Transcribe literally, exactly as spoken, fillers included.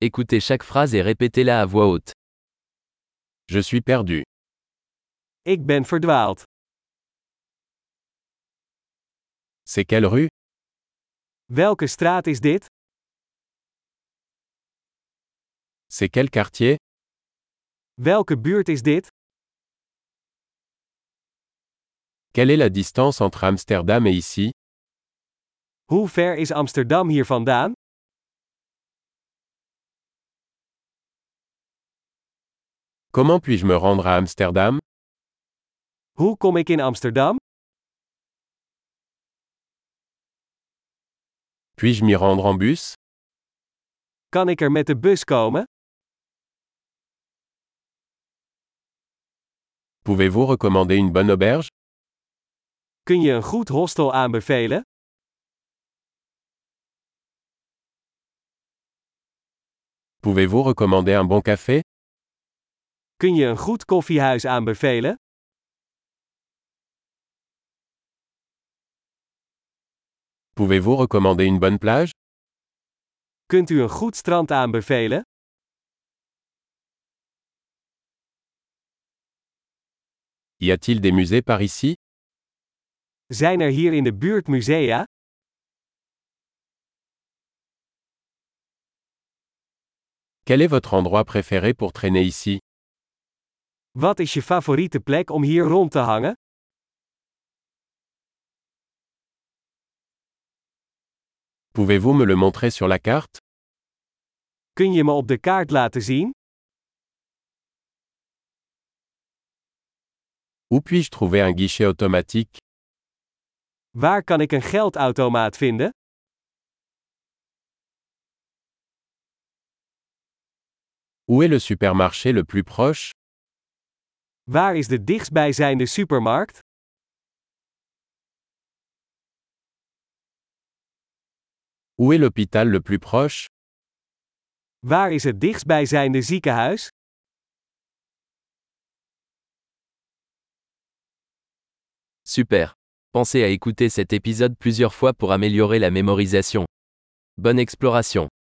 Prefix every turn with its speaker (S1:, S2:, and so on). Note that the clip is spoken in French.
S1: Écoutez chaque phrase et répétez-la à voix haute.
S2: Je suis perdu.
S3: Ik ben verdwaald.
S2: C'est quelle rue?
S3: Welke straat is dit?
S2: C'est quel quartier?
S3: Welke buurt is dit?
S2: Quelle est la distance entre Amsterdam et ici?
S3: Hoe ver is Amsterdam hier vandaan?
S2: Comment puis-je me rendre à Amsterdam?
S3: Hoe kom ik in Amsterdam?
S2: Puis-je m'y rendre en bus?
S3: Kan ik er met de bus komen?
S2: Pouvez-vous recommander une bonne auberge?
S3: Kun je een goed hostel aanbevelen?
S2: Pouvez-vous recommander un bon café?
S3: Kun je een goed koffiehuis aanbevelen?
S2: Pouvez-vous recommander une bonne plage?
S3: Kunt u een goed strand aanbevelen?
S2: Y a-t-il des musées par ici?
S3: Zijn er hier in de buurt musea?
S2: Quel est votre endroit préféré pour traîner ici?
S3: Wat is je favoriete plek om hier rond te hangen?
S2: Pouvez-vous me le montrer sur la carte?
S3: Kun je me op de kaart laten zien?
S2: Où puis-je trouver un guichet automatique?
S3: Waar kan ik een geldautomaat vinden?
S2: Où est le supermarché le plus proche?
S3: Waar is de dichtstbijzijnde supermarkt?
S2: Où est l'hôpital le plus proche?
S3: Waar is het dichtstbijzijnde ziekenhuis?
S1: Super. Pensez à écouter cet épisode plusieurs fois pour améliorer la mémorisation. Bonne exploration.